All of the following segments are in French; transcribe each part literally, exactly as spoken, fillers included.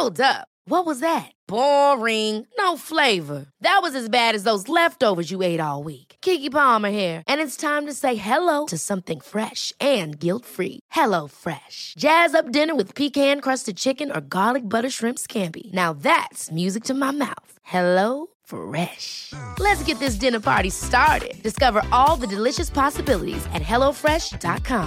Hold up. What was that? Boring. No flavor. That was as bad as those leftovers you ate all week. Keke Palmer here. And it's time to say hello to something fresh and guilt-free. Hello Fresh. Jazz up dinner with pecan-crusted chicken or garlic butter shrimp scampi. Now that's music to my mouth. Hello Fresh. Let's get this dinner party started. Discover all the delicious possibilities at hello fresh dot com.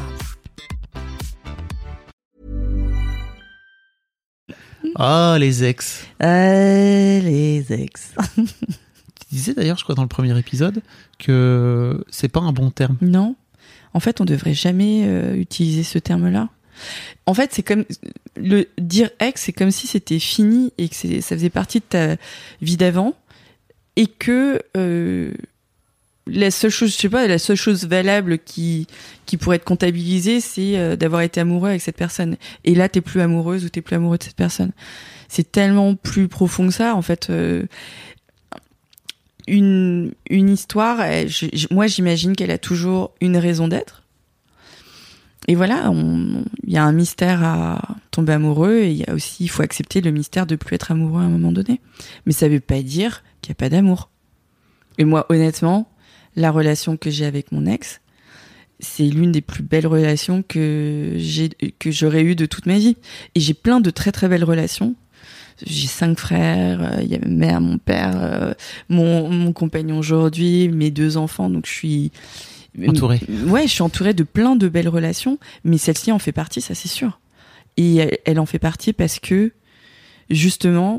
Ah, les ex. Euh, les ex. Tu disais d'ailleurs, je crois, dans le premier épisode, que c'est pas un bon terme. Non. En fait, on devrait jamais euh, utiliser ce terme-là. En fait, c'est comme le dire ex, c'est comme si c'était fini et que c'est, ça faisait partie de ta vie d'avant et que euh, la seule chose, je sais pas, la seule chose valable qui qui pourrait être comptabilisée, c'est euh, d'avoir été amoureux avec cette personne. Et là, t'es plus amoureuse ou t'es plus amoureux de cette personne. C'est tellement plus profond que ça, en fait. Euh, une une histoire, elle, je, je, moi, j'imagine qu'elle a toujours une raison d'être. Et voilà, il y a un mystère à tomber amoureux et il y a aussi, il faut accepter le mystère de plus être amoureux à un moment donné. Mais ça veut pas dire qu'il y a pas d'amour. Et moi, honnêtement, la relation que j'ai avec mon ex, c'est l'une des plus belles relations que j'ai, que j'aurais eues de toute ma vie. Et j'ai plein de très très belles relations. J'ai cinq frères, il y a ma mère, mon père, euh, mon, mon compagnon aujourd'hui, mes deux enfants, donc je suis entourée. Ouais, je suis entourée de plein de belles relations, mais celle-ci en fait partie, ça c'est sûr. Et elle, elle en fait partie parce que, justement,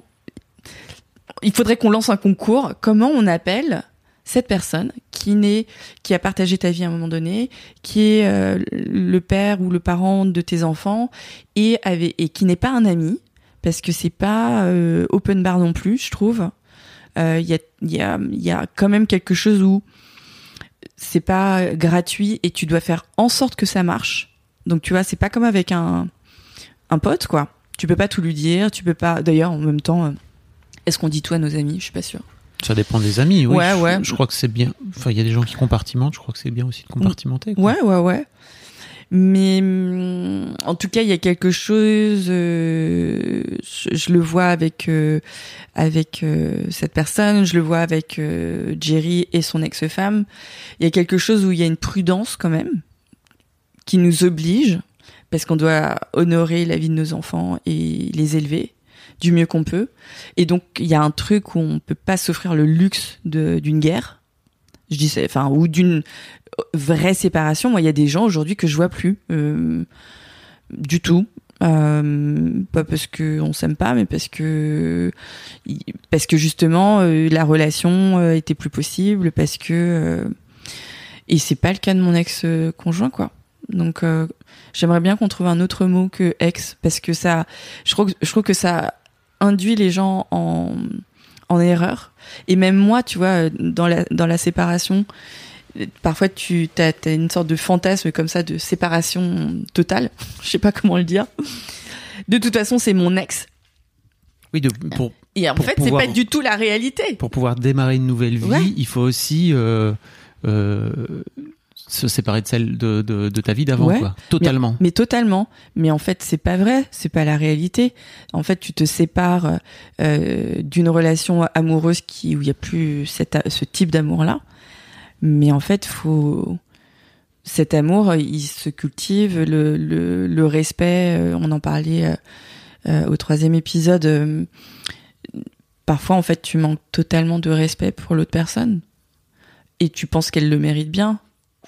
il faudrait qu'on lance un concours. Comment on appelle cette personne qui n'est, qui a partagé ta vie à un moment donné, qui est euh, le père ou le parent de tes enfants et avait, et qui n'est pas un ami, parce que c'est pas euh, open bar non plus, je trouve. Il euh, y a, il y a, il y a quand même quelque chose où c'est pas gratuit et tu dois faire en sorte que ça marche. Donc tu vois, c'est pas comme avec un un pote, quoi. Tu peux pas tout lui dire, tu peux pas. D'ailleurs, en même temps, euh, est-ce qu'on dit tout à nos amis ? Je suis pas sûre. Ça dépend des amis, oui. Ouais, je, ouais. Je crois que c'est bien. Enfin, il y a des gens qui compartimentent. Je crois que c'est bien aussi de compartimenter, quoi. Ouais, ouais, ouais. Mais en tout cas, il y a quelque chose. Euh, je, je le vois avec euh, avec euh, cette personne. Je le vois avec euh, Jerry et son ex-femme. Il y a quelque chose où il y a une prudence quand même qui nous oblige, parce qu'on doit honorer la vie de nos enfants et les élever du mieux qu'on peut. Et donc, il y a un truc où on peut pas s'offrir le luxe de, d'une guerre. Je dis, enfin, ou d'une vraie séparation. Moi, il y a des gens aujourd'hui que je vois plus euh, du tout. Euh, pas parce que on s'aime pas, mais parce que parce que justement euh, la relation euh, était plus possible, parce que euh, et c'est pas le cas de mon ex-conjoint, quoi. Donc euh, j'aimerais bien qu'on trouve un autre mot que ex, parce que ça, je trouve, je trouve que ça induit les gens en en erreur. Et même moi, tu vois, dans la dans la séparation, parfois tu t'as, t'as une sorte de fantasme comme ça de séparation totale. Je sais pas comment le dire. De toute façon, c'est mon ex. Oui, de, pour. Et en pour fait, pouvoir, c'est pas du tout la réalité. Pour pouvoir démarrer une nouvelle vie, ouais. Il faut aussi euh, euh, se séparer de celle de, de, de ta vie d'avant, ouais. Quoi. Totalement. Mais, mais totalement. Mais en fait, c'est pas vrai. C'est pas la réalité. En fait, tu te sépares euh, d'une relation amoureuse qui, où il y a plus cette, ce type d'amour-là. Mais en fait, faut, cet amour, il se cultive, le, le, le respect, euh, on en parlait euh, euh, au troisième épisode. Euh, parfois, en fait, tu manques totalement de respect pour l'autre personne. Et tu penses qu'elle le mérite bien.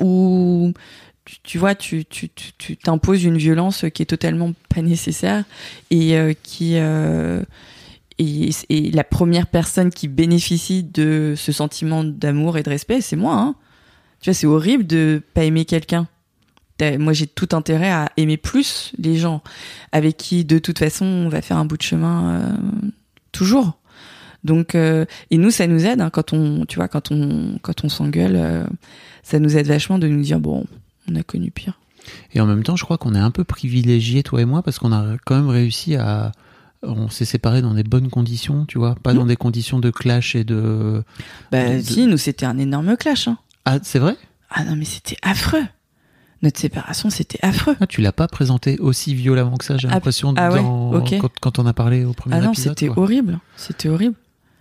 Ou tu, tu vois, tu, tu, tu, tu t'imposes une violence qui est totalement pas nécessaire et euh, qui euh, et, et la première personne qui bénéficie de ce sentiment d'amour et de respect, c'est moi. Hein. Tu vois, c'est horrible de pas aimer quelqu'un. T'as, moi, j'ai tout intérêt à aimer plus les gens avec qui, de toute façon, on va faire un bout de chemin euh, toujours. Donc, euh, et nous, ça nous aide hein, quand on, tu vois, quand on, quand on s'engueule, euh, ça nous aide vachement de nous dire bon, on a connu pire. Et en même temps, je crois qu'on est un peu privilégiés, toi et moi, parce qu'on a quand même réussi à, on s'est séparés dans des bonnes conditions, tu vois, pas mmh. dans des conditions de clash et de. Bah de, si, de... nous c'était un énorme clash. Hein. Ah, c'est vrai ? Ah non, mais c'était affreux. Notre séparation, c'était affreux. Ah, tu l'as pas présenté aussi violemment que ça, j'ai Ah, l'impression, ah ouais, dans... ok. quand, quand on a parlé au premier Ah non, épisode. c'était quoi. horrible. C'était horrible.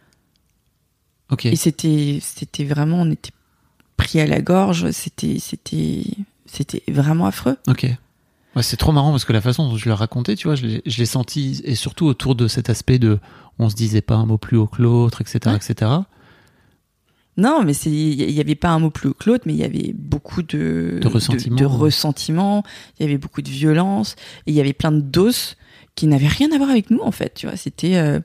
Ok. Et c'était, c'était vraiment, on était pris à la gorge. C'était, c'était, c'était vraiment affreux. Ok. Ouais, c'est trop marrant parce que la façon dont je l'ai raconté, tu vois, je l'ai, je l'ai senti, et surtout autour de cet aspect de on se disait pas un mot plus haut que l'autre, et cetera, Ouais. et cetera. Non, mais c'est, il y avait pas un mot plus haut que l'autre, mais il y avait beaucoup de, De ressentiment, de, de ouais. ressentiment. Il y avait beaucoup de violence. Et il y avait plein de doses qui n'avaient rien à voir avec nous, en fait. Tu vois, c'était, euh,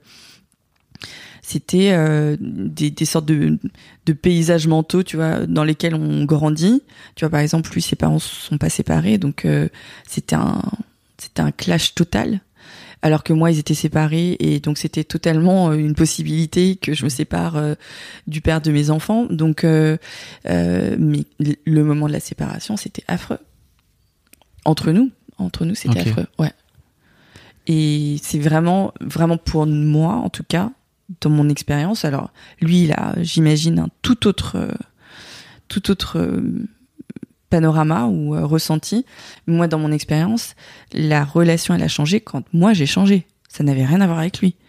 c'était euh, des, des sortes de, de paysages mentaux, tu vois, dans lesquels on grandit. Tu vois, par exemple, lui, ses parents sont pas séparés, donc euh, c'était un, c'était un clash total. Alors que moi, ils étaient séparés, et donc c'était totalement une possibilité que je me sépare euh, du père de mes enfants. Donc, euh, euh, mais le moment de la séparation, c'était affreux. Entre nous, entre nous, c'était Ok. affreux. Ouais. Et c'est vraiment, vraiment pour moi, en tout cas, dans mon expérience. Alors, lui, il a, j'imagine, un tout autre, euh, tout autre euh, panorama ou euh, ressenti. Moi, dans mon expérience, la relation, elle a changé quand moi, j'ai changé. Ça n'avait rien à voir avec lui.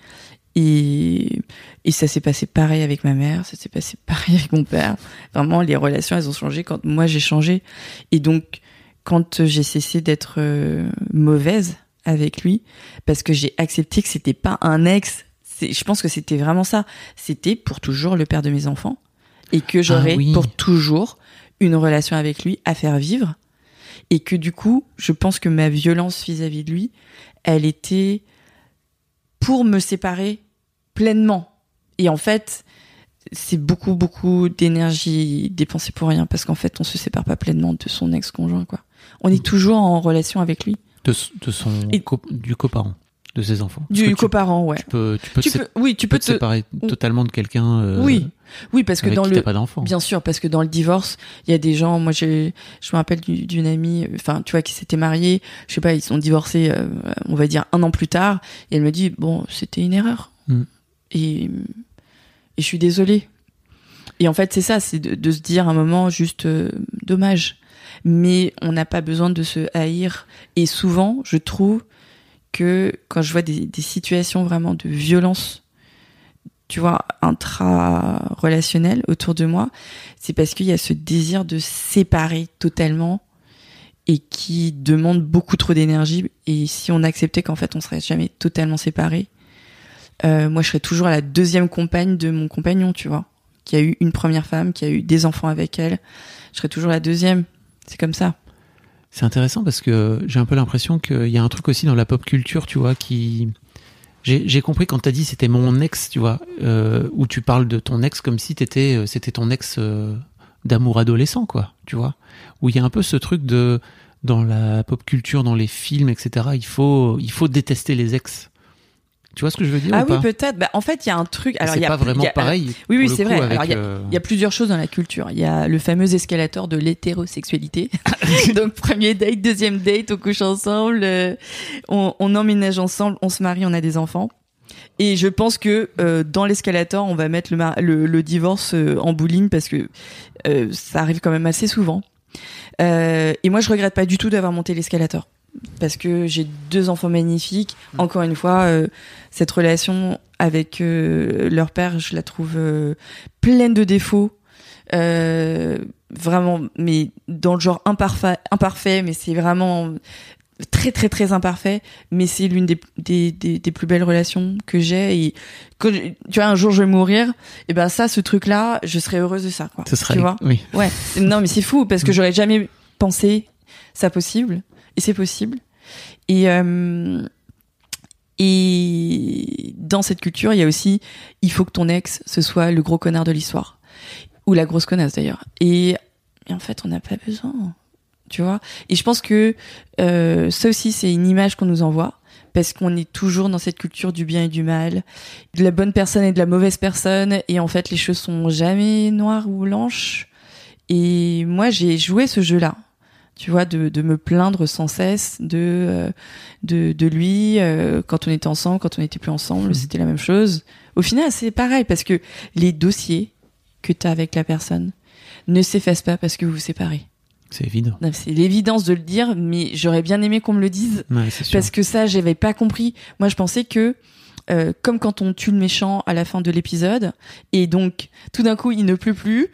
Et, et ça s'est passé pareil avec ma mère, ça s'est passé pareil avec mon père. Vraiment, les relations, elles ont changé quand moi, j'ai changé. Et donc, quand j'ai cessé d'être euh, mauvaise avec lui, parce que j'ai accepté que c'était pas un ex, c'est, je pense que c'était vraiment ça. C'était pour toujours le père de mes enfants. Et que j'aurais Ah oui. pour toujours une relation avec lui à faire vivre, et que du coup, je pense que ma violence vis-à-vis de lui, elle était pour me séparer pleinement. Et en fait, c'est beaucoup, beaucoup d'énergie dépensée pour rien, parce qu'en fait, on se sépare pas pleinement de son ex-conjoint, quoi. On est toujours en relation avec lui. De, de son Et- co- du coparent, de ses enfants. Parce Du que tu- coparent, ouais. Tu peux, tu peux, Tu te, peux, oui, tu tu peux peux te séparer totalement de quelqu'un. euh, Oui, oui, parce que avec dans qui le, t'as pas d'enfant. bien sûr, parce que dans le divorce, il y a des gens. Moi, j'ai, je me rappelle du- d'une amie, enfin, tu vois, qui s'était mariée. Je sais pas, ils sont divorcés, euh, on va dire un an plus tard. Et elle me dit, bon, c'était une erreur. Mm. Et, et je suis désolée. Et en fait, c'est ça, c'est de, de se dire à un moment juste euh, dommage. Mais on n'a pas besoin de se haïr. Et souvent, je trouve que quand je vois des, des situations vraiment de violence, tu vois, intra-relationnelle autour de moi, c'est parce qu'il y a ce désir de séparer totalement et qui demande beaucoup trop d'énergie. Et si on acceptait qu'en fait on serait jamais totalement séparés, euh, moi je serais toujours la deuxième compagne de mon compagnon, tu vois, qui a eu une première femme, qui a eu des enfants avec elle. Je serais toujours la deuxième. C'est comme ça. C'est intéressant parce que j'ai un peu l'impression qu'il y a un truc aussi dans la pop culture, tu vois, qui... J'ai, j'ai compris quand t'as dit c'était mon ex, tu vois, euh, où tu parles de ton ex comme si t'étais, euh, c'était ton ex euh, d'amour adolescent, quoi, tu vois. Où il y a un peu ce truc de... Dans la pop culture, dans les films, et cetera, il faut, il faut détester les ex. Tu vois ce que je veux dire Ah ou oui, pas peut-être. Bah, en fait, il y a un truc. Alors, c'est il y a pas plus- vraiment il y a- pareil. Oui, oui, pour le c'est coup, vrai. avec, Alors, il y a- euh, Il y a plusieurs choses dans la culture. Il y a le fameux escalator de l'hétérosexualité. Donc, premier date, deuxième date, on couche ensemble, euh, on, on emménage ensemble, on se marie, on a des enfants. Et je pense que euh, dans l'escalator, on va mettre le, mar- le, le divorce euh, en bouline parce que euh, ça arrive quand même assez souvent. Euh, et moi, je regrette pas du tout d'avoir monté l'escalator parce que j'ai deux enfants magnifiques. Encore une fois, euh, cette relation avec euh, leur père, je la trouve euh, pleine de défauts. Euh, vraiment, mais dans le genre imparfait, imparfait, mais c'est vraiment très très très imparfait. Mais c'est l'une des, des, des, des plus belles relations que j'ai. Et quand tu vois, un jour je vais mourir, et ben ça, ce truc-là, je serais heureuse de ça, quoi. Ce serait, tu vois. oui. Ouais. Non, mais c'est fou parce que j'aurais jamais pensé ça possible, et c'est possible. Et euh, et dans cette culture, il y a aussi, il faut que ton ex ce soit le gros connard de l'histoire ou la grosse connasse d'ailleurs. Et, et en fait, on n'a pas besoin, tu vois. Et je pense que euh, ça aussi, c'est une image qu'on nous envoie. Parce qu'on est toujours dans cette culture du bien et du mal, de la bonne personne et de la mauvaise personne, et en fait les choses sont jamais noires ou blanches. Et moi j'ai joué ce jeu-là, tu vois, de, de me plaindre sans cesse de euh, de, de lui euh, quand on était ensemble, quand on n'était plus ensemble, mmh. C'était la même chose. Au final c'est pareil parce que les dossiers que t'as avec la personne ne s'effacent pas parce que vous vous séparez. C'est évident. Non, c'est l'évidence de le dire, mais j'aurais bien aimé qu'on me le dise. Ouais, c'est sûr. Parce que ça, j'avais pas compris. Moi, je pensais que, euh, comme quand on tue le méchant à la fin de l'épisode, et donc, tout d'un coup, il ne pleut plus,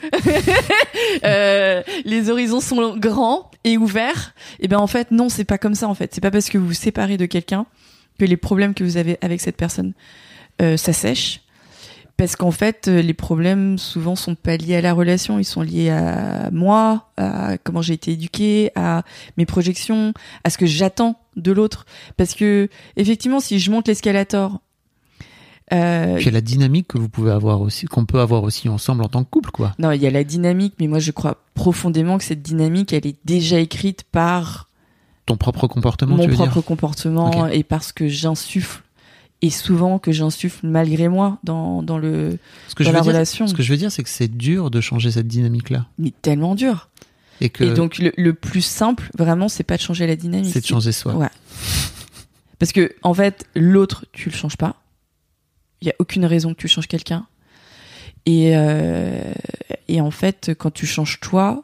euh, les horizons sont grands et ouverts, et ben, en fait, non, c'est pas comme ça, en fait. C'est pas parce que vous vous séparez de quelqu'un que les problèmes que vous avez avec cette personne, euh, s'assèchent. Parce qu'en fait, les problèmes souvent sont pas liés à la relation, ils sont liés à moi, à comment j'ai été éduquée, à mes projections, à ce que j'attends de l'autre. Parce que effectivement, si je monte l'escalator, euh, puis il y a la dynamique que vous pouvez avoir aussi, qu'on peut avoir aussi ensemble en tant que couple, quoi. Non, il y a la dynamique, mais moi je crois profondément que cette dynamique, elle est déjà écrite par ton propre comportement. Mon tu veux propre dire comportement okay. Et parce que j'insuffle. Et souvent que j'insuffle malgré moi dans, dans, le, ce que dans je la veux dire, relation. Ce que je veux dire, c'est que c'est dur de changer cette dynamique-là. Mais tellement dur. Et, que Et donc, le, le plus simple, vraiment, c'est pas de changer la dynamique. C'est de changer soi. Ouais. Parce que, en fait, l'autre, tu le changes pas. Il y a aucune raison que tu changes quelqu'un. Et, euh, et en fait, quand tu changes toi,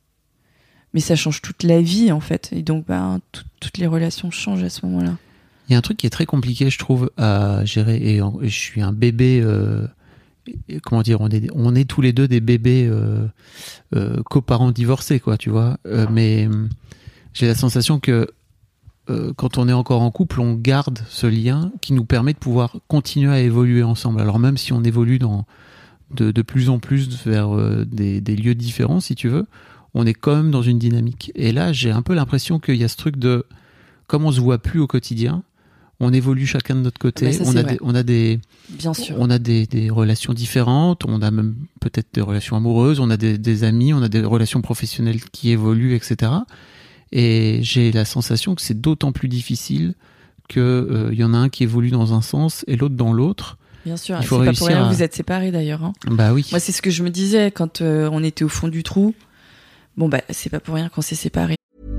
mais ça change toute la vie, en fait. Et donc, ben, tout, toutes les relations changent à ce moment-là. Il y a un truc qui est très compliqué, je trouve, à gérer. Et, en, et je suis un bébé. Euh, comment dire, on est, on est tous les deux des bébés euh, euh, coparents divorcés, quoi, tu vois. Euh, mais euh, j'ai la sensation que euh, quand on est encore en couple, on garde ce lien qui nous permet de pouvoir continuer à évoluer ensemble. Alors même si on évolue dans de, de plus en plus vers euh, des, des lieux différents, si tu veux, on est quand même dans une dynamique. Et là, j'ai un peu l'impression qu'il y a ce truc de, comme on se voit plus au quotidien, on évolue chacun de notre côté. Bah ça, on, a des, on a des, bien sûr. On a des, des relations différentes. On a même peut-être des relations amoureuses. On a des, des amis. On a des relations professionnelles qui évoluent, et cetera. Et j'ai la sensation que c'est d'autant plus difficile que euh, y en a un qui évolue dans un sens et l'autre dans l'autre. Bien sûr. Il faut c'est pas pour rien à... que vous êtes séparés d'ailleurs. Hein. Bah oui. Moi, c'est ce que je me disais quand euh, on était au fond du trou. Bon bah, c'est pas pour rien qu'on s'est séparés.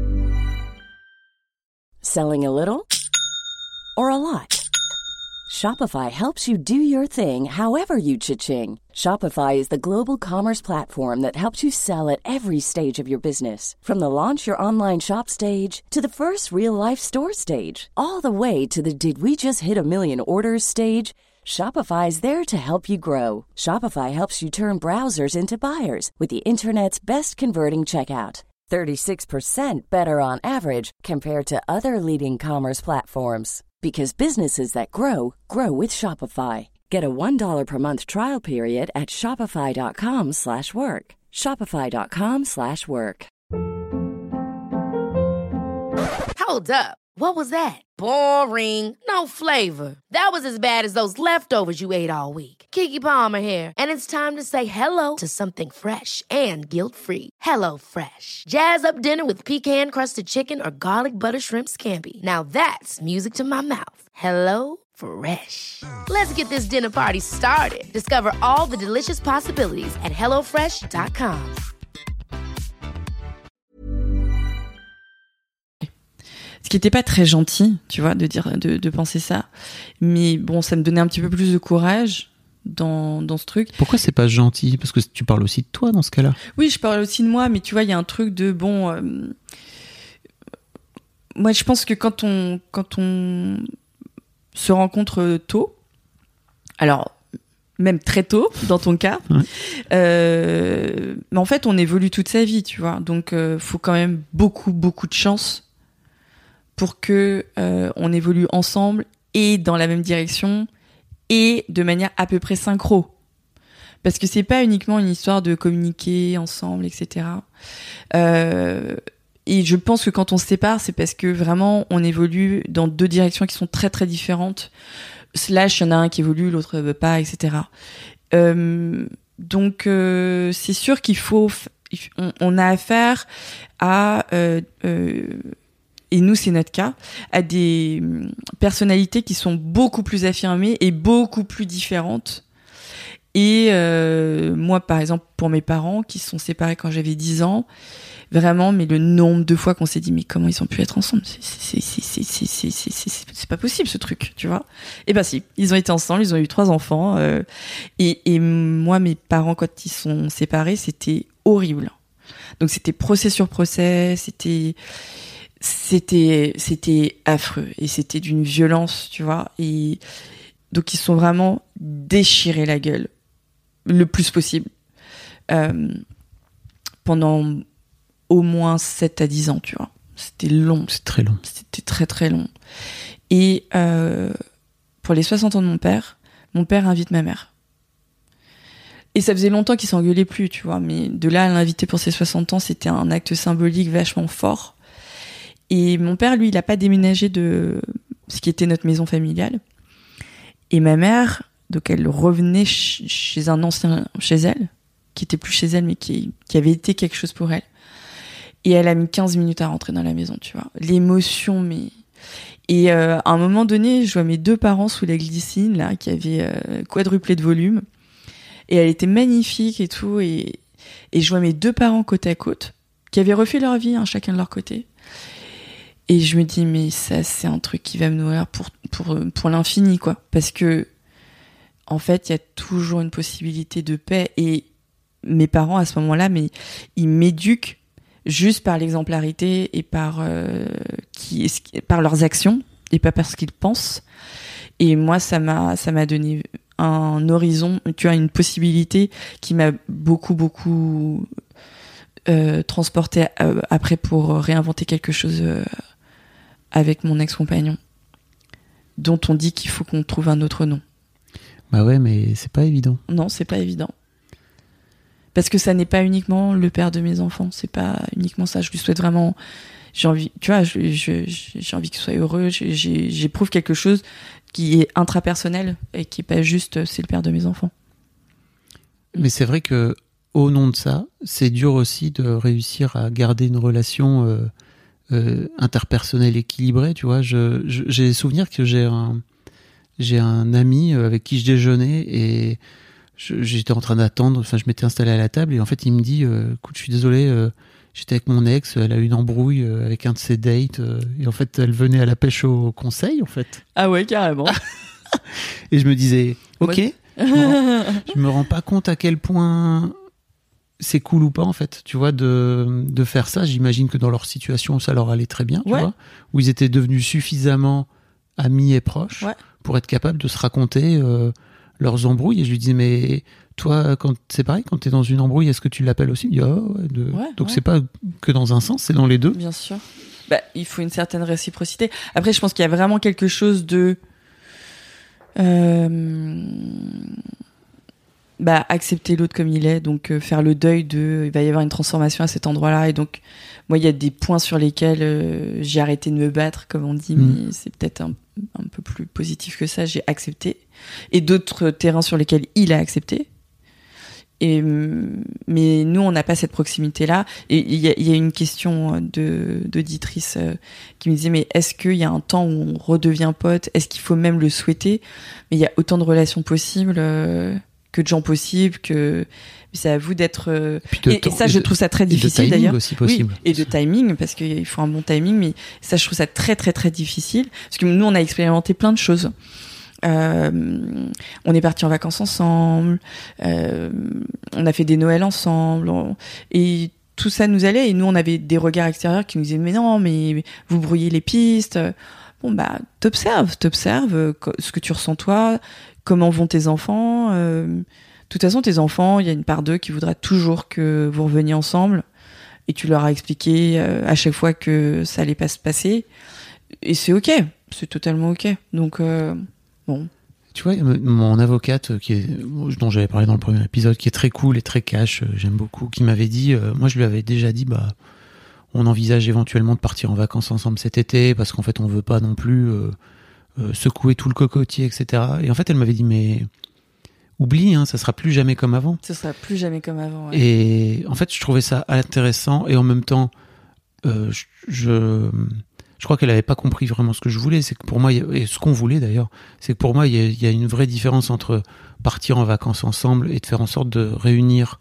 Selling a little or a lot? Shopify helps you do your thing however you cha-ching. Shopify is the global commerce platform that helps you sell at every stage of your business. From the launch your online shop stage to the first real-life store stage, all the way to the did we just hit a million orders stage. Shopify is there to help you grow. Shopify helps you turn browsers into buyers with the internet's best converting checkout. thirty-six percent better on average compared to other leading commerce platforms. Because businesses that grow, grow with Shopify. Get a one dollar per month trial period at shopify.com slash work. Shopify.com slash work. Hold up. What was that? Boring. No flavor. That was as bad as those leftovers you ate all week. Keke Palmer here, and it's time to say hello to something fresh and guilt-free. Hello Fresh. Jazz up dinner with pecan-crusted chicken or garlic butter shrimp scampi. Now that's music to my mouth. Hello Fresh. Let's get this dinner party started. Discover all the delicious possibilities at hello fresh dot com. Ce qui était pas très gentil, tu vois, de dire, de, de penser ça. Mais bon, ça me donnait un petit peu plus de courage dans, dans ce truc. Pourquoi c'est pas gentil? Parce que tu parles aussi de toi dans ce cas-là. Oui, je parle aussi de moi, mais tu vois, il y a un truc de bon. Euh, moi, je pense que quand on, quand on se rencontre tôt, alors même très tôt dans ton cas, ouais. euh, mais en fait, on évolue toute sa vie, tu vois. Donc, euh, faut quand même beaucoup, beaucoup de chance pour que euh, on évolue ensemble et dans la même direction et de manière à peu près synchro. Parce que c'est pas uniquement une histoire de communiquer ensemble, et cetera. Euh, et je pense que quand on se sépare, c'est parce que vraiment on évolue dans deux directions qui sont très très différentes. Slash, il y en a un qui évolue, l'autre veut pas, et cetera. Euh, donc euh, c'est sûr qu'il faut, on, on a affaire à euh, euh, et nous c'est notre cas, à des personnalités qui sont beaucoup plus affirmées et beaucoup plus différentes. Et euh, moi, par exemple, pour mes parents qui se sont séparés quand j'avais dix ans, vraiment, mais le nombre de fois qu'on s'est dit mais comment ils ont pu être ensemble, c'est c'est c'est c'est c'est c'est c'est c'est, c'est pas possible ce truc, tu vois. Et ben si, ils ont été ensemble, ils ont eu trois enfants. Euh, et et moi, mes parents quand ils sont séparés, c'était horrible. Donc c'était procès sur procès, c'était c'était c'était affreux et c'était d'une violence, tu vois. Et donc ils se sont vraiment déchirés la gueule le plus possible euh, pendant au moins sept à dix ans, tu vois. C'était long. C'est très long. C'était très très long. Et euh, pour les soixante ans de mon père, mon père invite ma mère. Et ça faisait longtemps qu'ils s'engueulaient plus, tu vois. Mais de là à l'inviter pour ses soixante ans, c'était un acte symbolique vachement fort. Et mon père, lui, il a pas déménagé de ce qui était notre maison familiale. Et ma mère, donc elle revenait ch- chez un ancien, chez elle, qui était plus chez elle, mais qui, qui avait été quelque chose pour elle. Et elle a mis quinze minutes à rentrer dans la maison, tu vois. L'émotion, mais... Et euh, à un moment donné, je vois mes deux parents sous la glycine, là, qui avaient euh, quadruplé de volume. Et elle était magnifique et tout. Et, et je vois mes deux parents côte à côte, qui avaient refait leur vie, hein, chacun de leur côté. Et je me dis, mais ça, c'est un truc qui va me nourrir pour, pour, pour l'infini, quoi. Parce que, en fait, il y a toujours une possibilité de paix. Et mes parents, à ce moment-là, mais ils m'éduquent juste par l'exemplarité et par, euh, qui, par leurs actions, et pas par ce qu'ils pensent. Et moi, ça m'a, ça m'a donné un horizon, tu vois, une possibilité qui m'a beaucoup, beaucoup euh, transporté euh, après pour réinventer quelque chose euh, avec mon ex-compagnon, dont on dit qu'il faut qu'on trouve un autre nom. Bah ouais, mais c'est pas évident. Non, c'est pas évident. Parce que ça n'est pas uniquement le père de mes enfants, c'est pas uniquement ça. Je lui souhaite vraiment, j'ai envie, tu vois, je, je, j'ai envie qu'il soit heureux. J'ai, j'ai, j'éprouve quelque chose qui est intrapersonnel et qui est pas juste, c'est le père de mes enfants. Mais c'est vrai que au nom de ça, c'est dur aussi de réussir à garder une relation euh, euh, interpersonnelle équilibrée. Tu vois, je, je, j'ai souvenir que j'ai un, j'ai un ami avec qui je déjeunais et je, j'étais en train d'attendre. Enfin, je m'étais installé à la table et en fait, il me dit, euh, écoute, je suis désolé. Euh, J'étais avec mon ex, elle a eu une embrouille avec un de ses dates, et en fait, elle venait à la pêche au conseil, en fait. Ah ouais, carrément. Et je me disais, ok, ouais. je, me rends, je me rends pas compte à quel point c'est cool ou pas, en fait, tu vois, de, de faire ça. J'imagine que dans leur situation, ça leur allait très bien, tu ouais. vois, où ils étaient devenus suffisamment amis et proches ouais. pour être capables de se raconter euh, leurs embrouilles. Et je lui disais, mais... Toi, quand c'est pareil, quand t'es dans une embrouille, est-ce que tu l'appelles aussi ? Il dit, oh, ouais, de... ouais, Donc ouais. c'est pas que dans un sens, c'est dans les deux. Bien sûr. Bah, il faut une certaine réciprocité. Après, je pense qu'il y a vraiment quelque chose de euh... bah, accepter l'autre comme il est, donc euh, faire le deuil de, il va y avoir une transformation à cet endroit-là, et donc moi, il y a des points sur lesquels euh, j'ai arrêté de me battre, comme on dit, mmh. mais c'est peut-être un, un peu plus positif que ça. J'ai accepté, et d'autres terrains sur lesquels il a accepté. Et, mais nous, on n'a pas cette proximité-là. Et il y a, y a une question de, d'auditrice euh, qui me disait, mais est-ce qu'il y a un temps où on redevient pote ? Est-ce qu'il faut même le souhaiter ? Mais il y a autant de relations possibles euh, que de gens possibles, que c'est à vous d'être... Euh... Et, temps, et ça, je trouve ça très difficile, d'ailleurs. Et de timing aussi possible. Oui, et de timing, parce qu'il faut un bon timing, mais ça, je trouve ça très, très, très difficile. Parce que nous, on a expérimenté plein de choses. Euh, on est partis en vacances ensemble, euh, on a fait des Noëls ensemble, on, et tout ça nous allait. Et nous, on avait des regards extérieurs qui nous disaient, mais non, mais vous brouillez les pistes. Bon, bah, t'observes, t'observes ce que tu ressens toi, comment vont tes enfants. Euh, de toute façon, tes enfants, il y a une part d'eux qui voudra toujours que vous reveniez ensemble, et tu leur as expliqué euh, à chaque fois que ça allait pas se passer. Et c'est ok, c'est totalement ok. Donc, euh, bon. Tu vois, mon avocate, qui est, dont j'avais parlé dans le premier épisode, qui est très cool et très cash, j'aime beaucoup, qui m'avait dit, euh, moi je lui avais déjà dit, bah, on envisage éventuellement de partir en vacances ensemble cet été, parce qu'en fait on veut pas non plus euh, euh, secouer tout le cocotier, et cetera. Et en fait elle m'avait dit, mais oublie, hein, ça sera plus jamais comme avant. Ça sera plus jamais comme avant. Ouais. Et en fait je trouvais ça intéressant, et en même temps, euh, je... je Je crois qu'elle n'avait pas compris vraiment ce que je voulais. C'est que pour moi, et ce qu'on voulait d'ailleurs, c'est que pour moi, il y a, il y a une vraie différence entre partir en vacances ensemble et de faire en sorte de réunir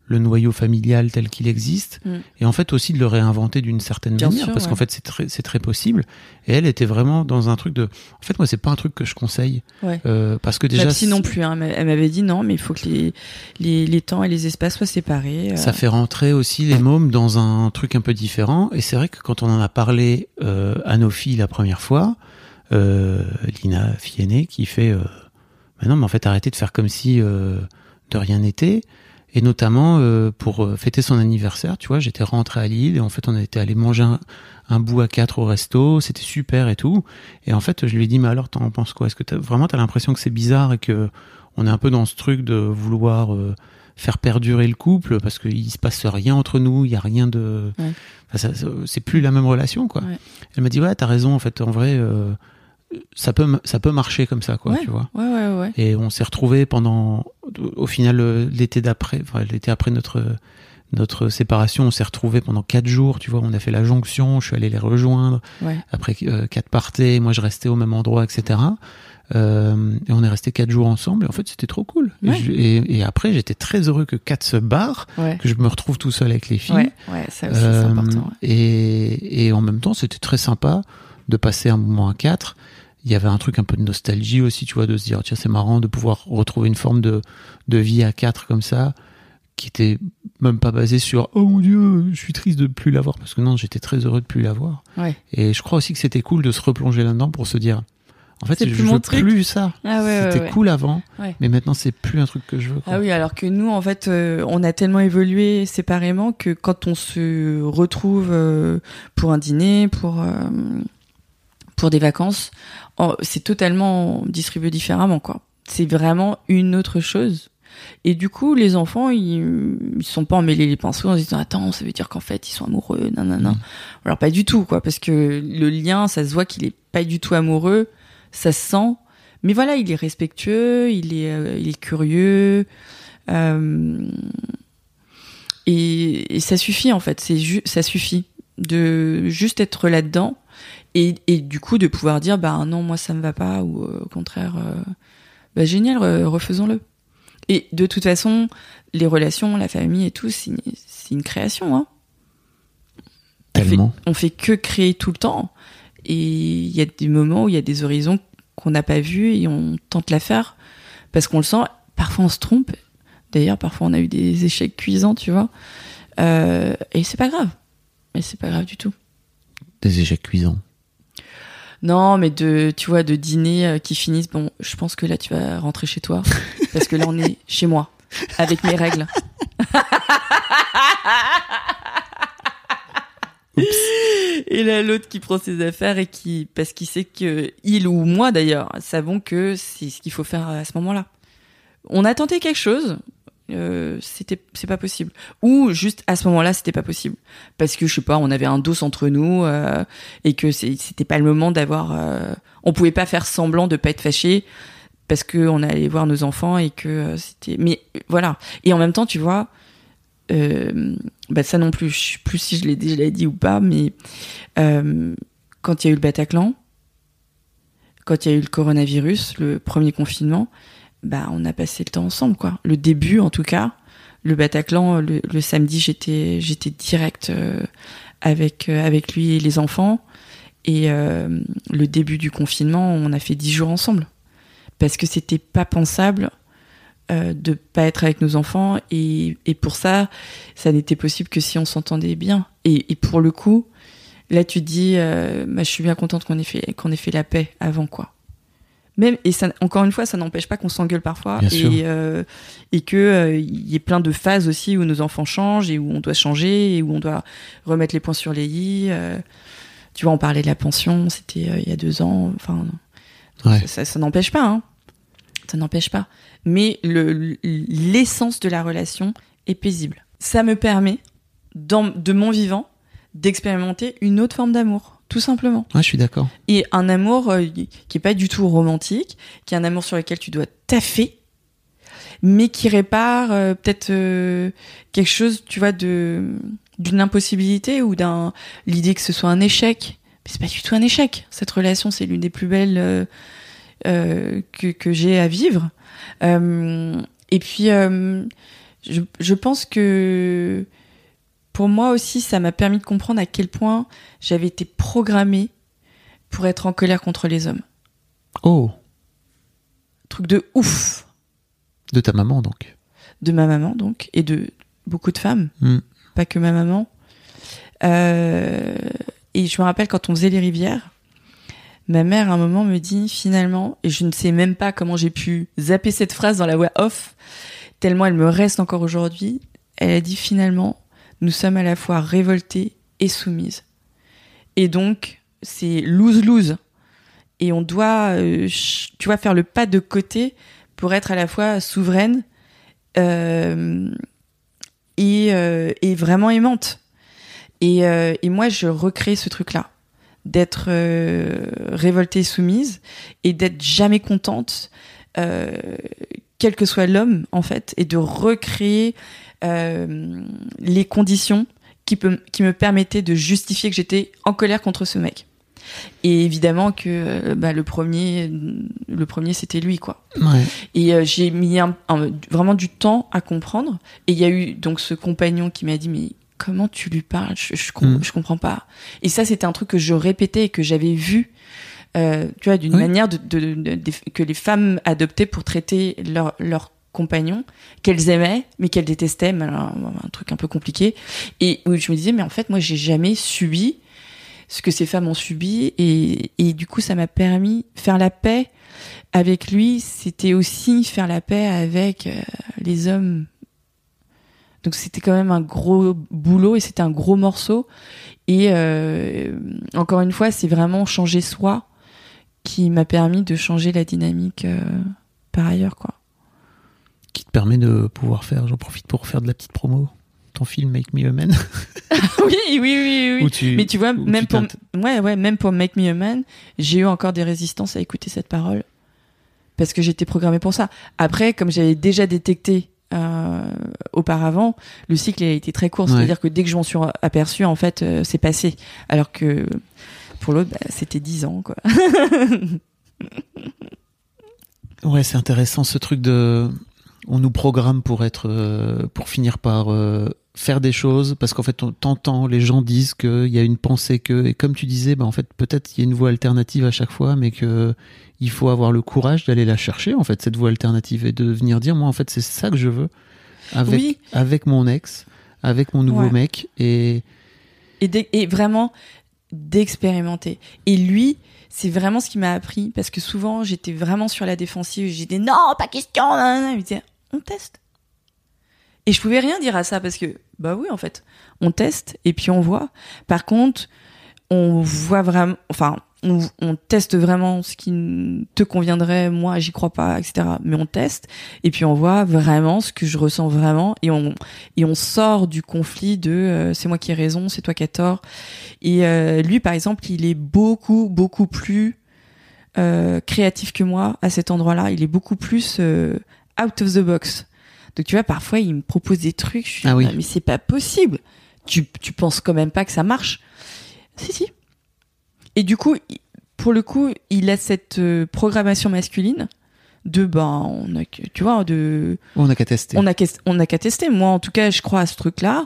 le noyau familial tel qu'il existe, mm. et en fait aussi de le réinventer d'une certaine Bien manière, sûr, parce ouais. qu'en fait c'est très, c'est très possible. Et elle était vraiment dans un truc de... En fait, moi, c'est pas un truc que je conseille, ouais. euh, parce que déjà... Ma psy non plus, hein. Elle m'avait dit non, mais il faut que les, les, les temps et les espaces soient séparés. Euh... Ça fait rentrer aussi les mômes dans un truc un peu différent, et c'est vrai que quand on en a parlé euh, à nos filles la première fois, euh, Lina, fille aînée, qui fait... Euh, bah non, mais en fait, arrêtez de faire comme si euh, de rien n'était. Et notamment euh, pour fêter son anniversaire, tu vois, j'étais rentré à Lille et en fait on était allé manger un, un bout à quatre au resto, c'était super et tout. Et en fait je lui ai dit mais alors t'en penses quoi ? Est-ce que t'as, vraiment t'as l'impression que c'est bizarre et que on est un peu dans ce truc de vouloir euh, faire perdurer le couple parce qu'il se passe rien entre nous, il y a rien de, ouais. enfin, ça, c'est plus la même relation quoi. Ouais. Elle m'a dit ouais t'as raison en fait en vrai. Euh, ça peut ça peut marcher comme ça quoi ouais, tu vois ouais, ouais, ouais. Et on s'est retrouvés pendant au final l'été d'après enfin l'été après notre notre séparation on s'est retrouvés pendant quatre jours tu vois on a fait la jonction je suis allé les rejoindre ouais. après euh, quatre partaient moi je restais au même endroit etc euh, et on est resté quatre jours ensemble et en fait c'était trop cool ouais. et, je, et, et après j'étais très heureux que Kat se barre ouais. que je me retrouve tout seul avec les filles ouais, ouais ça aussi euh, c'est important ouais. et, et en même temps c'était très sympa de passer un moment à quatre. Il y avait un truc un peu de nostalgie aussi, tu vois, de se dire, tiens, c'est marrant de pouvoir retrouver une forme de, de vie à quatre comme ça, qui était même pas basée sur, oh mon Dieu, je suis triste de plus l'avoir, parce que non, j'étais très heureux de plus l'avoir. Ouais. Et je crois aussi que c'était cool de se replonger là-dedans pour se dire, en fait, c'est je veux truc. plus ça. Ah ouais, c'était ouais, ouais. cool avant, ouais. mais maintenant, c'est plus un truc que je veux. Quoi. Ah oui, alors que nous, en fait, euh, on a tellement évolué séparément que quand on se retrouve euh, pour un dîner, pour... Euh, pour des vacances, c'est totalement distribué différemment, quoi. C'est vraiment une autre chose. Et du coup, les enfants, ils, ils sont pas emmêlés les pinceaux en se disant, attends, ça veut dire qu'en fait, ils sont amoureux, nanana. Mmh. Alors, pas du tout, quoi, parce que le lien, ça se voit qu'il est pas du tout amoureux, ça se sent. Mais voilà, il est respectueux, il est, euh, il est curieux, euh, et, et ça suffit, en fait. C'est ju- ça suffit de juste être là-dedans. Et, et du coup de pouvoir dire bah non moi ça me va pas ou euh, au contraire euh, bah génial re- refaisons-le et de toute façon les relations la famille et tout c'est une, c'est une création hein. Tellement. On fait, on fait que créer tout le temps et il y a des moments où il y a des horizons qu'on n'a pas vus et on tente la faire parce qu'on le sent parfois on se trompe d'ailleurs parfois on a eu des échecs cuisants tu vois euh, et c'est pas grave et c'est pas grave du tout. Des échecs cuisants. Non, mais de, tu vois, de dîner euh, qui finissent. Bon, je pense que là, tu vas rentrer chez toi. Parce que là, on est chez moi. Avec mes règles. Oups. Et là, l'autre qui prend ses affaires et qui, parce qu'il sait que, il ou moi d'ailleurs, savons que c'est ce qu'il faut faire à ce moment-là. On a tenté quelque chose. Euh, c'était c'est pas possible ou juste à ce moment-là c'était pas possible parce que je sais pas on avait un dos entre nous euh, et que c'est, c'était pas le moment d'avoir euh, on pouvait pas faire semblant de pas être fâché parce que on allait voir nos enfants et que euh, c'était mais voilà et en même temps tu vois euh, bah ça non plus je sais plus si je l'ai déjà dit ou pas mais euh, quand il y a eu le Bataclan quand il y a eu le coronavirus le premier confinement bah on a passé le temps ensemble quoi le début en tout cas le Bataclan le, le samedi j'étais j'étais direct euh, avec euh, avec lui et les enfants et euh, le début du confinement on a fait dix jours ensemble parce que c'était pas pensable euh, de pas être avec nos enfants et et pour ça ça n'était possible que si on s'entendait bien et et pour le coup là tu te dis euh, bah, je suis bien contente qu'on ait fait qu'on ait fait la paix avant quoi. Même, et ça, encore une fois, ça n'empêche pas qu'on s'engueule parfois et, euh, et qu'il euh, y ait plein de phases aussi où nos enfants changent et où on doit changer et où on doit remettre les points sur les i. Euh, tu vois, on parlait de la pension, c'était euh, il y a deux ans. Enfin, ouais. ça, ça, ça n'empêche pas. Hein. Ça n'empêche pas. Mais le, l'essence de la relation est paisible. Ça me permet, dans, de mon vivant, d'expérimenter une autre forme d'amour. Tout simplement. Ouais, je suis d'accord. Et un amour euh, qui est pas du tout romantique, qui est un amour sur lequel tu dois taffer, mais qui répare euh, peut-être euh, quelque chose, tu vois, de d'une impossibilité ou d'un l'idée que ce soit un échec. Mais c'est pas du tout un échec. Cette relation, c'est l'une des plus belles euh, euh, que que j'ai à vivre. Euh, et puis, euh, je, je pense que pour moi aussi, ça m'a permis de comprendre à quel point j'avais été programmée pour être en colère contre les hommes. Oh. Truc de ouf. De ta maman, donc. De ma maman, donc, et de beaucoup de femmes, mm. pas que ma maman. Euh, et je me rappelle quand on faisait les rivières, ma mère à un moment me dit finalement, et je ne sais même pas comment j'ai pu zapper cette phrase dans la voix off, tellement elle me reste encore aujourd'hui, elle a dit finalement, nous sommes à la fois révoltées et soumises. Et donc, c'est lose-lose. Et on doit, euh, tu vois, faire le pas de côté pour être à la fois souveraine euh, et, euh, et vraiment aimante. Et, euh, et moi, je recrée ce truc-là, d'être euh, révoltée et soumise, et d'être jamais contente, euh, quel que soit l'homme, en fait, et de recréer euh, les conditions qui, peut, qui me permettaient de justifier que j'étais en colère contre ce mec. Et évidemment que bah, le premier, le premier c'était lui, quoi. Ouais. Et euh, j'ai mis un, un, vraiment du temps à comprendre. Et il y a eu donc ce compagnon qui m'a dit mais comment tu lui parles, je, je, mm. je comprends pas. Et ça c'était un truc que je répétais et que j'avais vu, euh, tu vois, d'une oui. manière de, de, de, de, que les femmes adoptaient pour traiter leur leur compagnon qu'elles aimaient mais qu'elles détestaient. Alors, un truc un peu compliqué. Et où je me disais mais en fait moi j'ai jamais subi ce que ces femmes ont subi, et, et du coup ça m'a permis faire la paix avec lui. C'était aussi faire la paix avec euh, les hommes. Donc c'était quand même un gros boulot et c'était un gros morceau, et euh, encore une fois c'est vraiment changer soi qui m'a permis de changer la dynamique euh, par ailleurs, quoi. Qui te permet de pouvoir faire, j'en profite pour faire de la petite promo, ton film Make Me a Man. oui, oui, oui, oui. Tu, mais tu vois, même tu pour, ouais, ouais, même pour Make Me a Man, j'ai eu encore des résistances à écouter cette parole parce que j'étais programmée pour ça. Après, comme j'avais déjà détecté euh, auparavant, le cycle a été très court. Ouais. C'est-à-dire que dès que je m'en suis aperçue, en fait, euh, c'est passé. Alors que pour l'autre, bah, c'était dix ans, quoi. Ouais, c'est intéressant ce truc de... On nous programme pour être, euh, pour finir par euh, faire des choses, parce qu'en fait, on t'entend, les gens disent qu'il y a une pensée que, et comme tu disais, bah en fait, peut-être il y a une voie alternative à chaque fois, mais que il faut avoir le courage d'aller la chercher, en fait, cette voie alternative, et de venir dire, moi, en fait, c'est ça que je veux, avec oui. avec mon ex, avec mon nouveau ouais. mec, et et, de, et vraiment d'expérimenter. Et lui. C'est vraiment ce qui m'a appris, parce que souvent j'étais vraiment sur la défensive, j'étais non, pas question, nan, nan. Il me disait on teste. Et je pouvais rien dire à ça parce que bah oui en fait, on teste et puis on voit. Par contre, on voit vraiment, enfin on, on teste vraiment ce qui te conviendrait, moi j'y crois pas, et cetera. Mais on teste et puis on voit vraiment ce que je ressens vraiment, et on et on sort du conflit de euh, c'est moi qui ai raison, c'est toi qui as tort. Et euh, lui par exemple, il est beaucoup beaucoup plus euh, créatif que moi à cet endroit-là. Il est beaucoup plus euh, out of the box. Donc tu vois, parfois il me propose des trucs, je suis ah oui. mais c'est pas possible. Tu tu penses quand même pas que ça marche? Si si. Et du coup, pour le coup, il a cette euh, programmation masculine de ben on a tu vois de on a qu'à tester. On a qu'à, on a qu'à tester. Moi en tout cas, je crois à ce truc-là,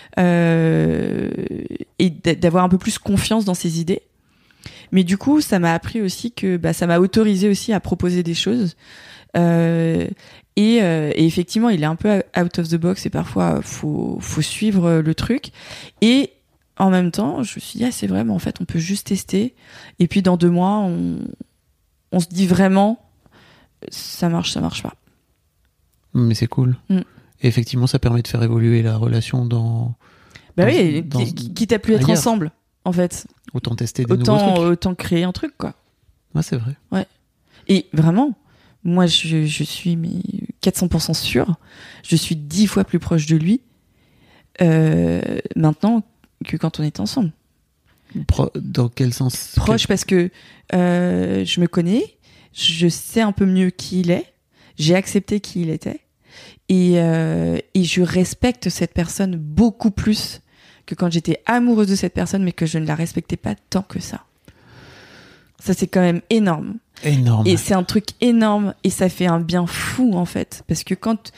euh, et d'avoir un peu plus confiance dans ses idées. Mais du coup, ça m'a appris aussi que bah ça m'a autorisé aussi à proposer des choses. Euh, et, euh, et effectivement, il est un peu out of the box et parfois faut faut suivre le truc. Et en même temps, je me suis dit, ah, c'est vrai, mais en fait, on peut juste tester. Et puis, dans deux mois, on, on se dit vraiment, ça marche, ça marche pas. Mais c'est cool. Mm. Et effectivement, ça permet de faire évoluer la relation dans... Bah dans, oui, dans, quitte à plus être ailleurs. Ensemble, en fait. Autant tester des autant, nouveaux trucs. Autant créer un truc, quoi. Ouais, c'est vrai. Ouais. Et vraiment, moi, je, je suis mais quatre cents pour cent sûre, je suis dix fois plus proche de lui euh, maintenant que quand on était ensemble. Pro- dans quel sens? Proche quel... parce que euh, je me connais, je sais un peu mieux qui il est, j'ai accepté qui il était, et, euh, et je respecte cette personne beaucoup plus que quand j'étais amoureuse de cette personne, mais que je ne la respectais pas tant que ça. Ça, c'est quand même énorme. Énorme. Et c'est un truc énorme, et ça fait un bien fou, en fait. Parce que quand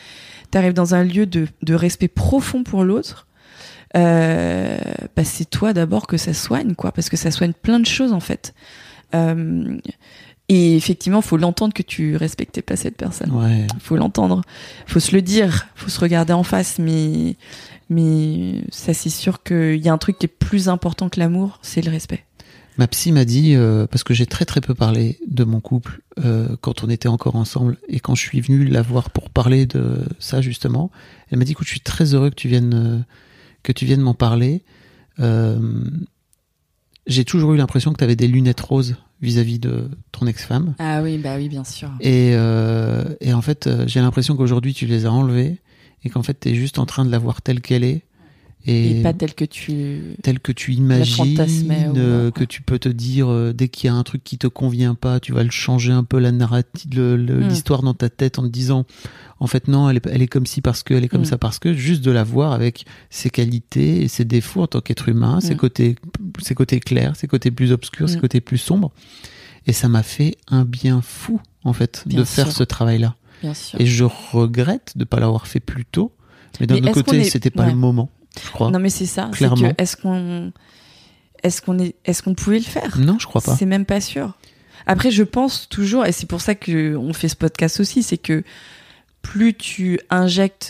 t'arrives dans un lieu de, de respect profond pour l'autre, euh, bah c'est toi d'abord que ça soigne, quoi, parce que ça soigne plein de choses en fait. Euh, et effectivement, faut l'entendre que tu respectais pas cette personne. Ouais. Faut l'entendre, faut se le dire, faut se regarder en face, mais mais ça c'est sûr qu'il y a un truc qui est plus important que l'amour, c'est le respect. Ma psy m'a dit, euh, parce que j'ai très très peu parlé de mon couple euh, quand on était encore ensemble, et quand je suis venu la voir pour parler de ça justement, elle m'a dit, écoute, je suis très heureux que tu viennes euh, que tu viennes m'en parler. Euh, j'ai toujours eu l'impression que tu avais des lunettes roses vis-à-vis de ton ex-femme. Ah oui, bah oui, bien sûr. Et, euh, et en fait, euh, j'ai l'impression qu'aujourd'hui tu les as enlevées et qu'en fait tu es juste en train de la voir telle qu'elle est. Et, et pas tel que tu tel que tu imagines, euh, ou... que tu peux te dire euh, dès qu'il y a un truc qui te convient pas, tu vas le changer un peu la narrative, le, le, mm. l'histoire dans ta tête en te disant en fait non, elle est, elle est comme ci parce que, elle est comme mm. ça parce que, juste de la voir avec ses qualités et ses défauts en tant qu'être humain, mm. ses côtés, ses côtés clairs, ses côtés plus obscurs, mm. ses côtés plus sombres. Et ça m'a fait un bien fou en fait bien de sûr. faire ce travail-là. Bien sûr. Et je regrette de pas l'avoir fait plus tôt, mais d'un mais autre côté, est... c'était pas ouais. le moment. Je crois. Non mais c'est ça. Clairement. C'est que est-ce qu'on, est-ce qu'on est, est-ce qu'on pouvait le faire ? Non, je crois pas. C'est même pas sûr. Après, je pense toujours, et c'est pour ça que on fait ce podcast aussi, c'est que plus tu injectes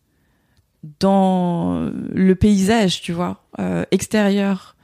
dans le paysage, tu vois, euh, extérieur,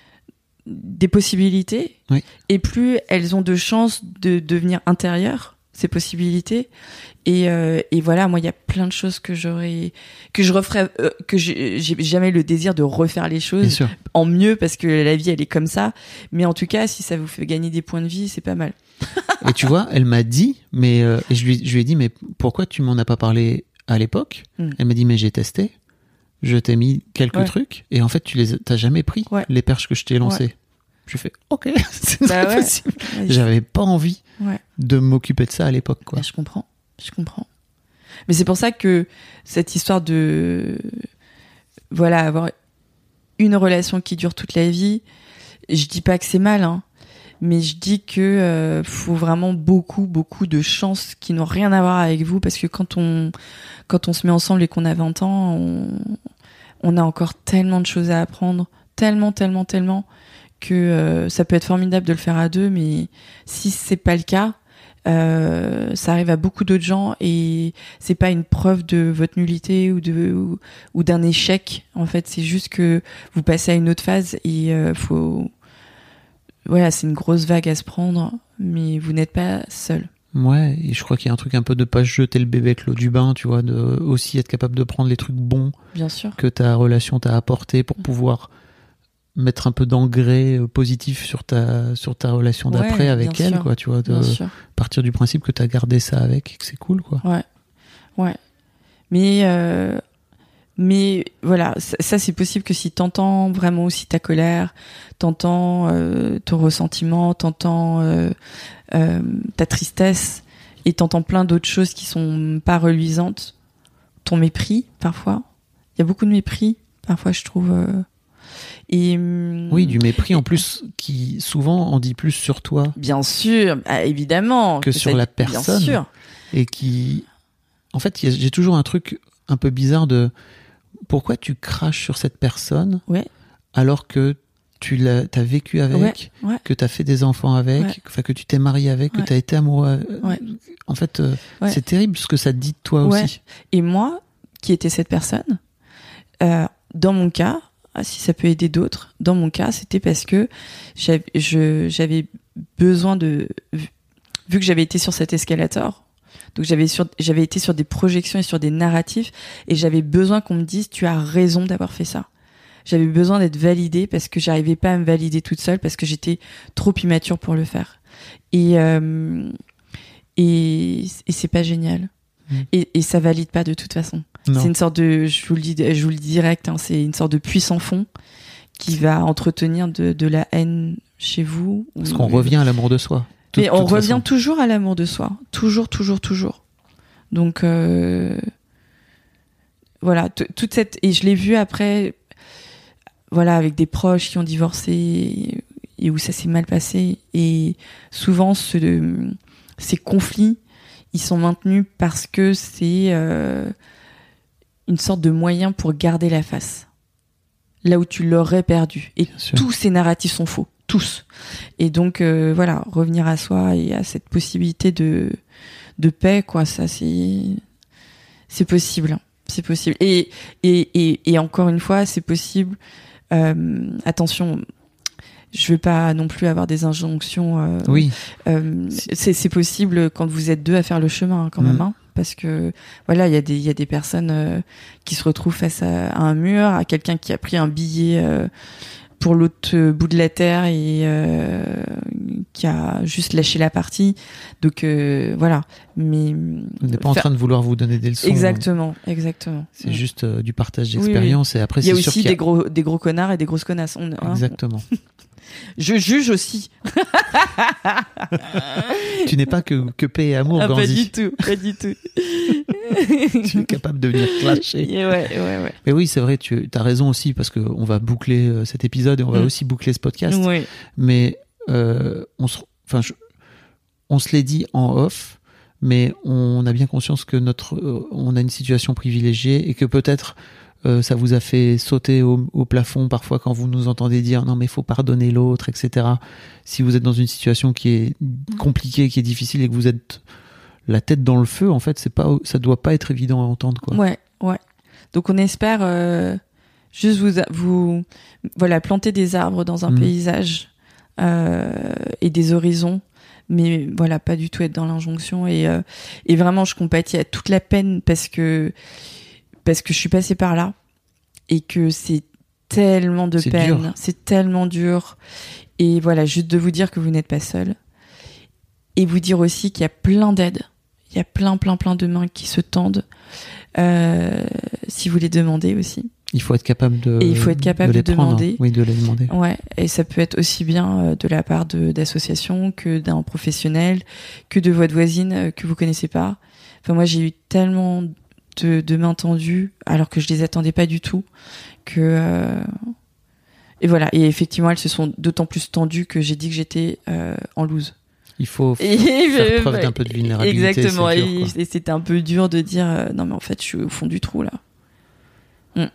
des possibilités, oui. et plus elles ont de chances de devenir intérieures, ces possibilités. Et, euh, et voilà, moi, il y a plein de choses que j'aurais, que je referais, euh, que j'ai, j'ai jamais le désir de refaire les choses en mieux, parce que la vie, elle est comme ça. Mais en tout cas, si ça vous fait gagner des points de vie, c'est pas mal. Et tu vois, elle m'a dit, mais euh, et je lui, je lui ai dit, mais pourquoi tu m'en as pas parlé à l'époque ? mm. Elle m'a dit, mais j'ai testé, je t'ai mis quelques ouais. trucs, et en fait, tu les, t'as jamais pris ouais. les perches que je t'ai lancées. Ouais. Je fais, ok, c'est bah pas ouais. possible. Ouais, J'avais pas envie ouais. de m'occuper de ça à l'époque, quoi. Bah, je comprends. Je comprends. Mais c'est pour ça que cette histoire de, voilà, avoir une relation qui dure toute la vie, je dis pas que c'est mal, hein, mais je dis que euh, faut vraiment beaucoup, beaucoup de chances qui n'ont rien à voir avec vous, parce que quand on, quand on se met ensemble et qu'on a vingt ans, on, on a encore tellement de choses à apprendre, tellement, tellement, tellement, que euh, ça peut être formidable de le faire à deux, mais si c'est pas le cas, Euh, ça arrive à beaucoup d'autres gens, et c'est pas une preuve de votre nullité ou de ou, ou d'un échec. En fait, c'est juste que vous passez à une autre phase, et euh, faut voilà, c'est une grosse vague à se prendre, mais vous n'êtes pas seul. Ouais, et je crois qu'il y a un truc un peu de pas jeter le bébé avec l'eau du bain, tu vois, de aussi être capable de prendre les trucs bons Bien sûr. que ta relation t'a apporté pour pouvoir mettre un peu d'engrais positif sur ta sur ta relation d'après ouais, avec elle, sûr. quoi, tu vois, de partir du principe que t'as gardé ça avec et que c'est cool, quoi. Ouais, ouais. Mais euh, mais voilà, ça, ça c'est possible que si t'entends vraiment aussi ta colère, t'entends euh, ton ressentiment, t'entends euh, euh, ta tristesse, et t'entends plein d'autres choses qui sont pas reluisantes, ton mépris parfois. Il y a beaucoup de mépris parfois, je trouve. Euh, Et, oui, du mépris en plus qui souvent en dit plus sur toi. Bien sûr, ah, évidemment. Que, que sur la personne. Bien sûr. Et qui, en fait, j'ai toujours un truc un peu bizarre de pourquoi tu craches sur cette personne ouais. alors que tu l'as, t'as vécu avec, ouais, ouais. que t'as fait des enfants avec, ouais. enfin que tu t'es marié avec, ouais. que t'as été amoureux. Ouais. En fait, euh, ouais. c'est terrible ce que ça te dit de toi ouais. aussi. Et moi, qui étais cette personne, euh, dans mon cas. Ah, si ça peut aider d'autres. Dans mon cas, c'était parce que j'avais, je, j'avais besoin de, vu que j'avais été sur cet escalator, donc j'avais sur, j'avais été sur des projections et sur des narratifs, et j'avais besoin qu'on me dise, tu as raison d'avoir fait ça. J'avais besoin d'être validée, parce que j'arrivais pas à me valider toute seule, parce que j'étais trop immature pour le faire. Et, euh, et, et c'est pas génial. Mmh. Et, et ça valide pas de toute façon. Non. C'est une sorte de, je vous le dis, je vous le dis direct, hein, c'est une sorte de puits sans fond qui va entretenir de, de la haine chez vous. Parce qu'on revient à l'amour de soi. Tout, Mais on revient façon. toujours à l'amour de soi. Toujours, toujours, toujours. Donc, euh, voilà, t- toute cette, et je l'ai vu après, voilà, avec des proches qui ont divorcé et où ça s'est mal passé. Et souvent, ce, ces conflits, ils sont maintenus parce que c'est, euh, une sorte de moyen pour garder la face. Là où tu l'aurais perdu. Et tous ces narratifs sont faux. Tous. Et donc, euh, voilà, revenir à soi et à cette possibilité de, de paix, quoi, ça, c'est, c'est possible. C'est possible. Et, et, et, et encore une fois, c'est possible. Euh, attention, je veux pas non plus avoir des injonctions. Euh, oui. Euh, c'est, c'est possible quand vous êtes deux à faire le chemin, hein, quand mmh. même, hein. Parce que voilà, il y a des il y a des personnes euh, qui se retrouvent face à, à un mur, à quelqu'un qui a pris un billet euh, pour l'autre bout de la terre et euh, qui a juste lâché la partie. Donc euh, voilà. Mais on n'est pas faire... en train de vouloir vous donner des leçons. Exactement, exactement. C'est mmh. juste euh, du partage d'expérience oui, oui. et après il y a c'est aussi sûr qu'il y a... des gros des gros connards et des grosses connasses. On, hein, exactement. Je juge aussi. Tu n'es pas que, que paix et amour, ah, Gandhi. Pas du tout, pas du tout. Tu es capable de venir clasher. Yeah, ouais, ouais, ouais. Mais oui, c'est vrai, tu as raison aussi, parce qu'on va boucler euh, cet épisode et on va mm. aussi boucler ce podcast. Oui. Mais euh, on, se, enfin, je, on se l'est dit en off, mais on a bien conscience que notre, euh, on a une situation privilégiée et que peut-être Euh, ça vous a fait sauter au, au plafond parfois quand vous nous entendez dire non mais il faut pardonner l'autre, et cetera. Si vous êtes dans une situation qui est compliquée, qui est difficile et que vous êtes la tête dans le feu, en fait, c'est pas, ça doit pas être évident à entendre, quoi. Ouais, ouais. Donc on espère euh, juste vous, vous, voilà, planter des arbres dans un mmh. paysage euh, et des horizons. Mais voilà, pas du tout être dans l'injonction et euh, et vraiment je compatis à toute la peine parce que parce que je suis passée par là et que c'est tellement de c'est peine, dur. C'est tellement dur. Et voilà, juste de vous dire que vous n'êtes pas seul et vous dire aussi qu'il y a plein d'aides, il y a plein, plein, plein de mains qui se tendent euh, si vous les demandez aussi. Il faut être capable de. Et il faut être capable de, les de demander. Prendre. Oui, de les demander. Ouais, et ça peut être aussi bien de la part de d'associations que d'un professionnel, que de votre voisine que vous connaissez pas. Enfin, moi, j'ai eu tellement de, de mains tendues alors que je les attendais pas du tout que euh... et voilà, et effectivement elles se sont d'autant plus tendues que j'ai dit que j'étais euh, en loose. Il faut et faire je, preuve d'un peu de vulnérabilité. Exactement, c'est dur, et, et c'était un peu dur de dire euh, non mais en fait je suis au fond du trou là. Mm.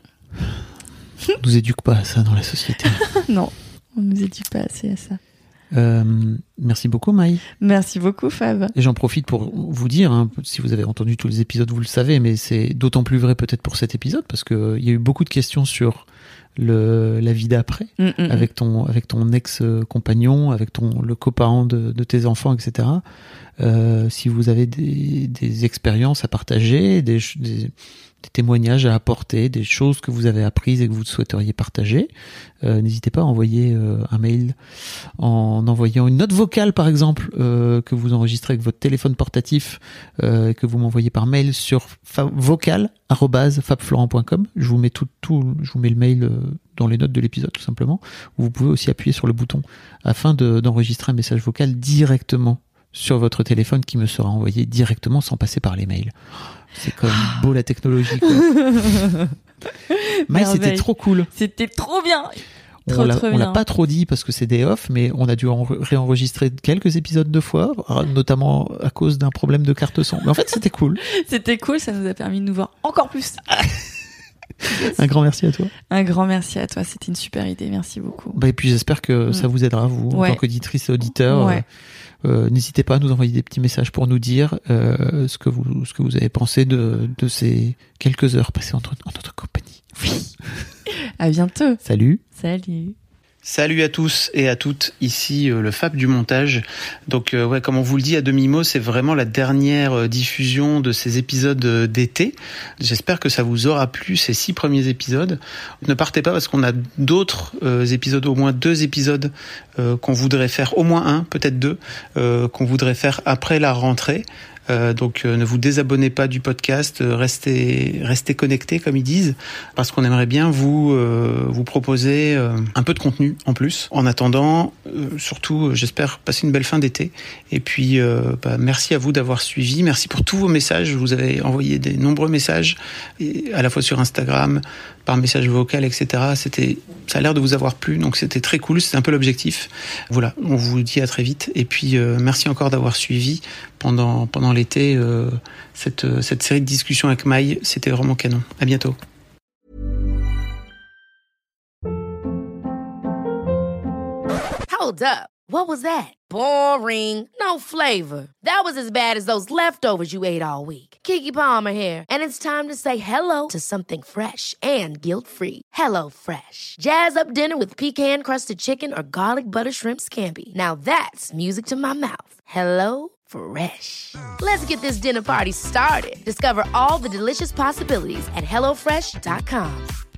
On nous éduque pas à ça dans la société. Non, on nous éduque pas assez à ça. Euh, merci beaucoup Maï. Merci beaucoup Fab. Et j'en profite pour vous dire, hein, si vous avez entendu tous les épisodes, vous le savez, mais c'est d'autant plus vrai peut-être pour cet épisode parce que il y a eu beaucoup de questions sur le la vie d'après mm-hmm. avec ton avec ton ex-compagnon, avec ton le coparent de, de tes enfants, et cetera. Euh, si vous avez des des expériences à partager, des des des témoignages à apporter, des choses que vous avez apprises et que vous souhaiteriez partager, euh, n'hésitez pas à envoyer euh, un mail en envoyant une note vocale par exemple euh, que vous enregistrez avec votre téléphone portatif euh, et que vous m'envoyez par mail sur fa- vocal arobase fabflorent point com. Je vous mets tout, tout, je vous mets le mail euh, dans les notes de l'épisode tout simplement. Vous pouvez aussi appuyer sur le bouton afin de, d'enregistrer un message vocal directement sur votre téléphone qui me sera envoyé directement sans passer par les mails. C'est quand même beau la technologie, quoi. Mais c'était trop cool. C'était trop bien. Trop, on l'a, trop on bien. l'a pas trop dit parce que c'est des off, mais on a dû en réenregistrer quelques épisodes deux fois, notamment à cause d'un problème de carte son. Mais en fait, c'était cool. C'était cool, ça nous a permis de nous voir encore plus. Un grand merci à toi. Un grand merci à toi, c'était une super idée, merci beaucoup. Bah, et puis j'espère que ça vous aidera, vous, ouais. en tant qu'auditrice et auditeur. Ouais. Euh, n'hésitez pas à nous envoyer des petits messages pour nous dire euh, ce que vous ce que vous avez pensé de de ces quelques heures passées en, en notre compagnie. Oui. À bientôt. Salut. Salut. Salut à tous et à toutes, ici euh, le Fab du montage. Donc euh, ouais, comme on vous le dit à demi-mot, c'est vraiment la dernière euh, diffusion de ces épisodes euh, d'été. J'espère que ça vous aura plu, ces six premiers épisodes. Ne partez pas parce qu'on a d'autres euh, épisodes, au moins deux épisodes euh, qu'on voudrait faire, au moins un, peut-être deux, euh, qu'on voudrait faire après la rentrée. Euh, donc euh, ne vous désabonnez pas du podcast, euh, restez restez connectés comme ils disent, parce qu'on aimerait bien vous euh, vous proposer euh, un peu de contenu en plus. En attendant, euh, surtout, euh, j'espère passer une belle fin d'été. Et puis, euh, bah, merci à vous d'avoir suivi. Merci pour tous vos messages. Vous avez envoyé des nombreux messages, et à la fois sur Instagram, par message vocal, et cetera. C'était, ça a l'air de vous avoir plu, donc c'était très cool. C'est un peu l'objectif. Voilà, on vous dit à très vite. Et puis, euh, merci encore d'avoir suivi pendant pendant les l'été euh, cette, cette série de discussions avec Maï. C'était vraiment canon. À bientôt. Hold up. What was that? Boring. No flavor. That was as bad as those leftovers you ate all week. Keke Palmer here, and it's time to say hello to something fresh and guilt-free. Hello Fresh. Jazz up dinner with pecan-crusted chicken or garlic butter shrimp scampi. Now that's music to my mouth. Hello Fresh. Let's get this dinner party started. Discover all the delicious possibilities at hello fresh dot com.